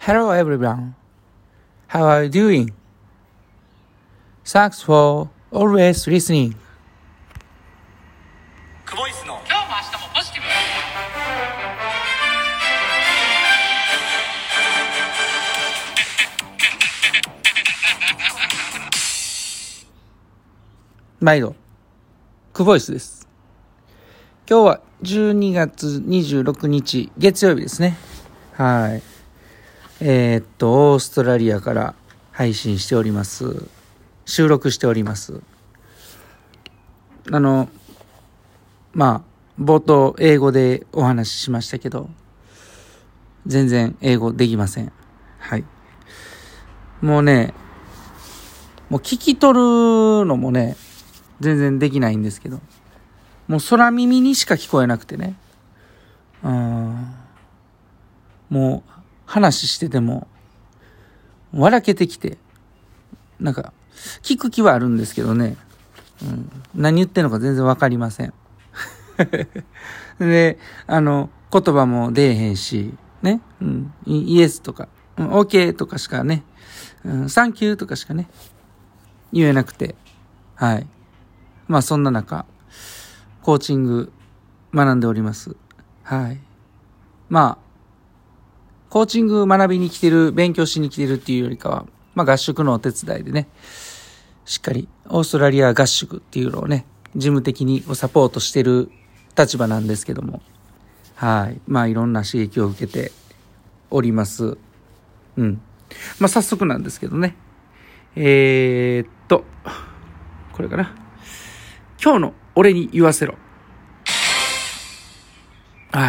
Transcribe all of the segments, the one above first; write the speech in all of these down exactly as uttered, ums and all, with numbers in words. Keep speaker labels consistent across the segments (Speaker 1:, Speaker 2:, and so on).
Speaker 1: Hello everyone. How are you doing? Thanks for always listening.
Speaker 2: クボイスの今日も明日もポジティブ。
Speaker 1: 毎度クボイスです。今日はじゅうにがつにじゅうろくにち月曜日ですね。はい。えー、っとオーストラリアから配信しております。収録しております。あのまあ冒頭英語でお話ししましたけど、全然英語できません。はい。もうね、もう聞き取るのもね全然できないんですけど、もう空耳にしか聞こえなくてね、うん、もう話してても笑けてきて、なんか聞く気はあるんですけどね、うん、何言ってんのか全然わかりませんで、あの言葉も出えへんしね、うん、イエスとか、うん、オーケーとかしかね、うん、サンキューとかしかね言えなくて、はい。まあそんな中コーチング学んでおります。はい。まあコーチング学びに来てる、勉強しに来てるっていうよりかは、まあ合宿のお手伝いでね、しっかりオーストラリア合宿っていうのをね、事務的にサポートしてる立場なんですけども、はい。まあいろんな刺激を受けております。うん。まあ早速なんですけどね。えー、っと、これかな。今日の俺に言わせろ。はい。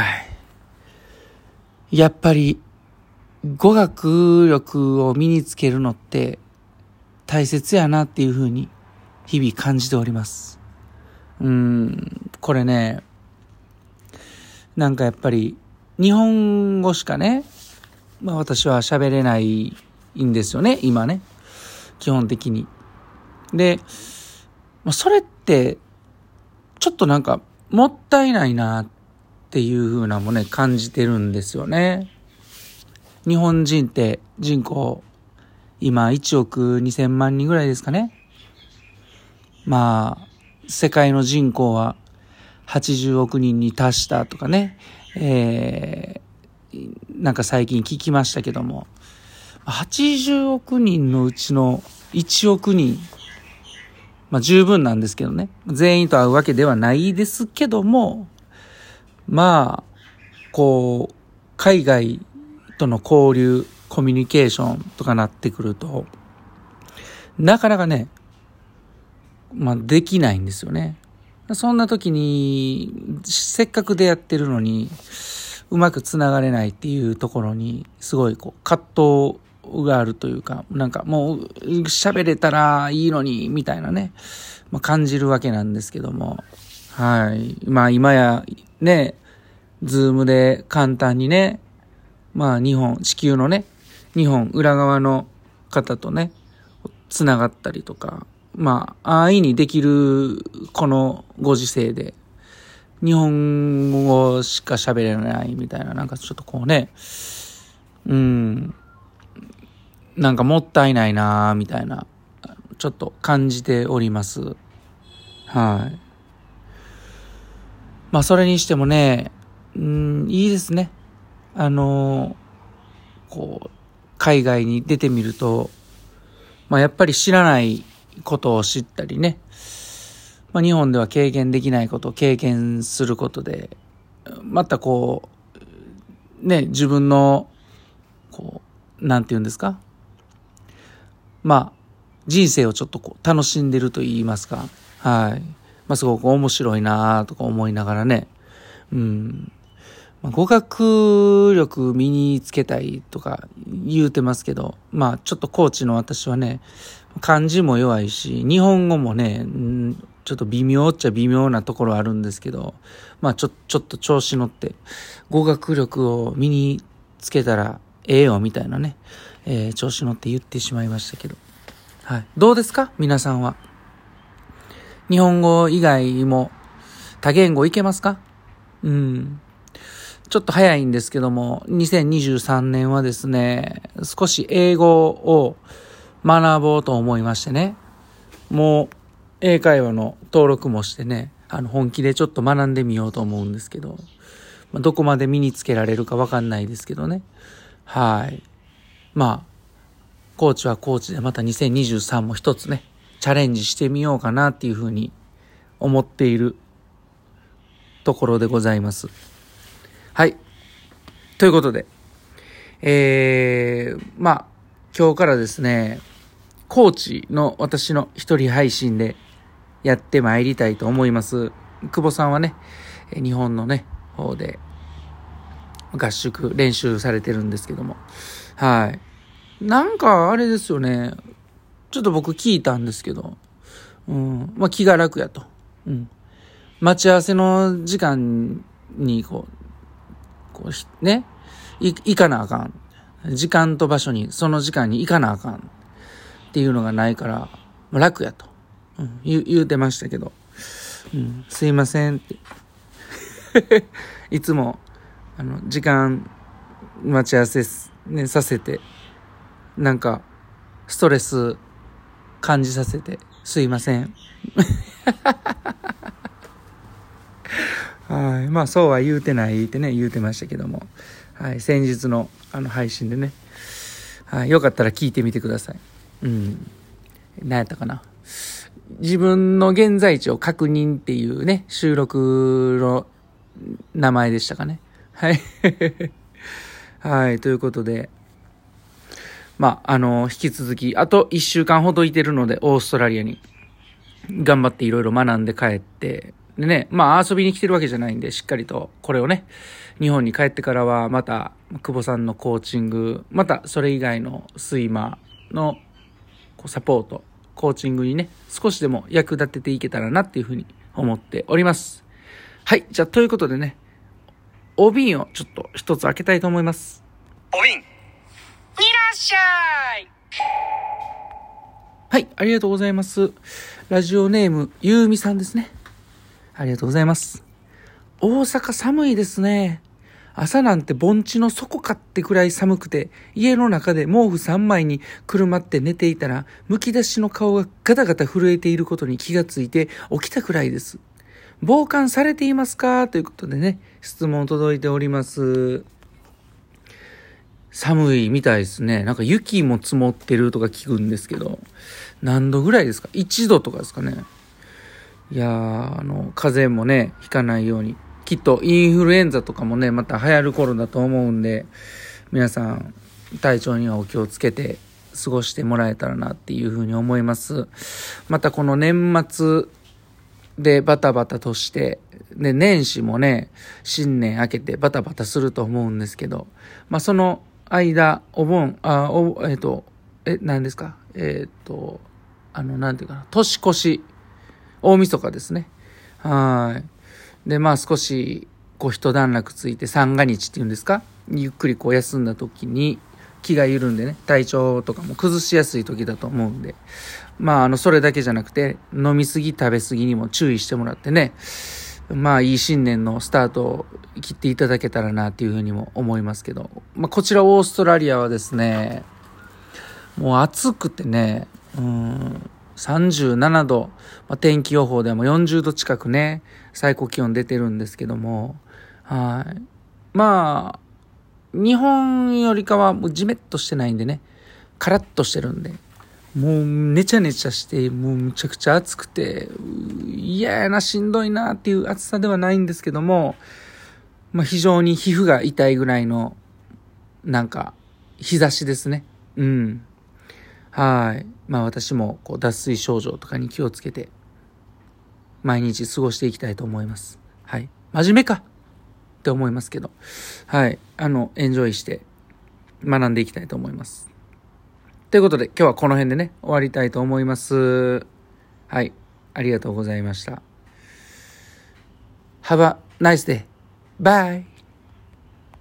Speaker 1: やっぱり語学力を身につけるのって大切やなっていうふうに日々感じております。うーん、これね、なんかやっぱり日本語しかね、まあ私は喋れないんですよね、今ね。基本的に。で、それってちょっとなんかもったいないなっていう風なもね感じてるんですよね。日本人って人口今いちおくにせんまんにんぐらいですかね。まあ世界の人口ははちじゅうおくにんに達したとかね、えー、なんか最近聞きましたけども、はちじゅうおくにんのうちのいちおくにん、まあ十分なんですけどね、全員と会うわけではないですけども、まあこう海外との交流、コミュニケーションとかなってくるとなかなかね、まあできないんですよね。そんな時にせっかく出会ってるのにうまくつながれないっていうところにすごいこう葛藤があるというか、なんかもう喋れたらいいのにみたいなね、まあ、感じるわけなんですけども、はい。まあ今やね、ズームで簡単にね、まあ日本、地球のね、日本裏側の方とね、つながったりとか、まあ安易にできるこのご時世で、日本語しか喋れないみたいな、なんかちょっとこうね、うん、なんかもったいないなみたいな、ちょっと感じております。はい。まあそれにしてもね、うん、いいですね。あのこう海外に出てみると、まあやっぱり知らないことを知ったりね、まあ、日本では経験できないことを経験することで、またこうね、自分のこうなんていうんですか、まあ人生をちょっとこう楽しんでると言いますか、はい、まあすごく面白いなとか思いながらね、うん。語学力身につけたいとか言うてますけど、まあちょっとコーチの私はね、漢字も弱いし、日本語もね、ちょっと微妙っちゃ微妙なところあるんですけど、まあちょ、ちょっと調子乗って語学力を身につけたらええよみたいなね、えー、調子乗って言ってしまいましたけど、はい。どうですか皆さんは。日本語以外も多言語いけますか？うん。 ちょっと早いんですけども、にせんにじゅうさんねんはですね、少し英語を学ぼうと思いましてね、もう英会話の登録もしてね、あの本気でちょっと学んでみようと思うんですけど、まあ、どこまで身につけられるかわかんないですけどね。はい。まあ、コーチはコーチでまたにせんにじゅうさんも一つね、チャレンジしてみようかなっていうふうに思っているところでございます。はい。ということで、えー、まあ、今日からですね、コーチの私の一人配信でやってまいりたいと思います。久保さんはね、日本のね、方で合宿練習されてるんですけども、はい。なんかあれですよね、ちょっと僕聞いたんですけど、うん、まあ気が楽やと。うん。待ち合わせの時間にこう、こうね、い行かなあかん。時間と場所に、その時間に行かなあかんっていうのがないから、楽やと、うん、言, 言うてましたけど、うん、すいませんって。いつも、あの、時間待ち合わせ、ね、させて、なんか、ストレス感じさせて、すいません。はい。まあ、そうは言うてないってね、言うてましたけども。はい。先日のあの配信でね。はい。よかったら聞いてみてください。うん。何やったかな。自分の現在地を確認っていうね、収録の名前でしたかね。はい。はい。ということで、まあ、あの、引き続き、あといっしゅうかんほどいてるので、オーストラリアに頑張っていろいろ学んで帰って、でね、まあ遊びに来てるわけじゃないんで、しっかりとこれをね、日本に帰ってからはまた、久保さんのコーチング、またそれ以外のスイマーのこうサポート、コーチングにね、少しでも役立てていけたらなっていうふうに思っております。はい、じゃあということでね、お瓶をちょっと一つ開けたいと思います。
Speaker 2: お瓶いらっしゃい。
Speaker 1: はい、ありがとうございます。ラジオネームゆうみさんですね。ありがとうございます。大阪寒いですね。朝なんて盆地の底かってくらい寒くて、家の中で毛布さんまいにくるまって寝ていたら、むき出しの顔がガタガタ震えていることに気がついて起きたくらいです。防寒されていますか？ということでね、質問届いております。寒いみたいですね。なんか雪も積もってるとか聞くんですけど、何度ぐらいですか？いちどとかですかね。いやー、あの、風邪もね、ひかないように。きっとインフルエンザとかもね、また流行る頃だと思うんで、皆さん、体調にはお気をつけて過ごしてもらえたらなっていうふうに思います。またこの年末でバタバタとして、で、年始もね、新年明けてバタバタすると思うんですけど、まあ、その間、お盆、あ、お、えっと、え、何ですか？えっと、あの、なんていうかな、年越し、大晦日ですね。はい。で、まあ少し、こう一段落ついて三が日っていうんですか？ゆっくりこう休んだ時に気が緩んでね、体調とかも崩しやすい時だと思うんで、まああの、それだけじゃなくて、飲みすぎ食べすぎにも注意してもらってね、まあいい新年のスタートを切っていただけたらなっていうふうにも思いますけど、まあこちらオーストラリアはですね、もう暑くてね、うーん、さんじゅうななど、まあ、天気予報でもよんじゅうど近くね、最高気温出てるんですけども、はい。まあ、日本よりかはもうジメッとしてないんでね、カラッとしてるんで、もうネチャネチャして、もうむちゃくちゃ暑くて、嫌やな、しんどいなっていう暑さではないんですけども、まあ非常に皮膚が痛いぐらいの、なんか、日差しですね。うん。はい。まあ私もこう脱水症状とかに気をつけて毎日過ごしていきたいと思います。はい。真面目かって思いますけど、はい。あの、エンジョイして学んでいきたいと思います。ということで今日はこの辺でね、終わりたいと思います。はい。ありがとうございました。Have a nice day. Bye.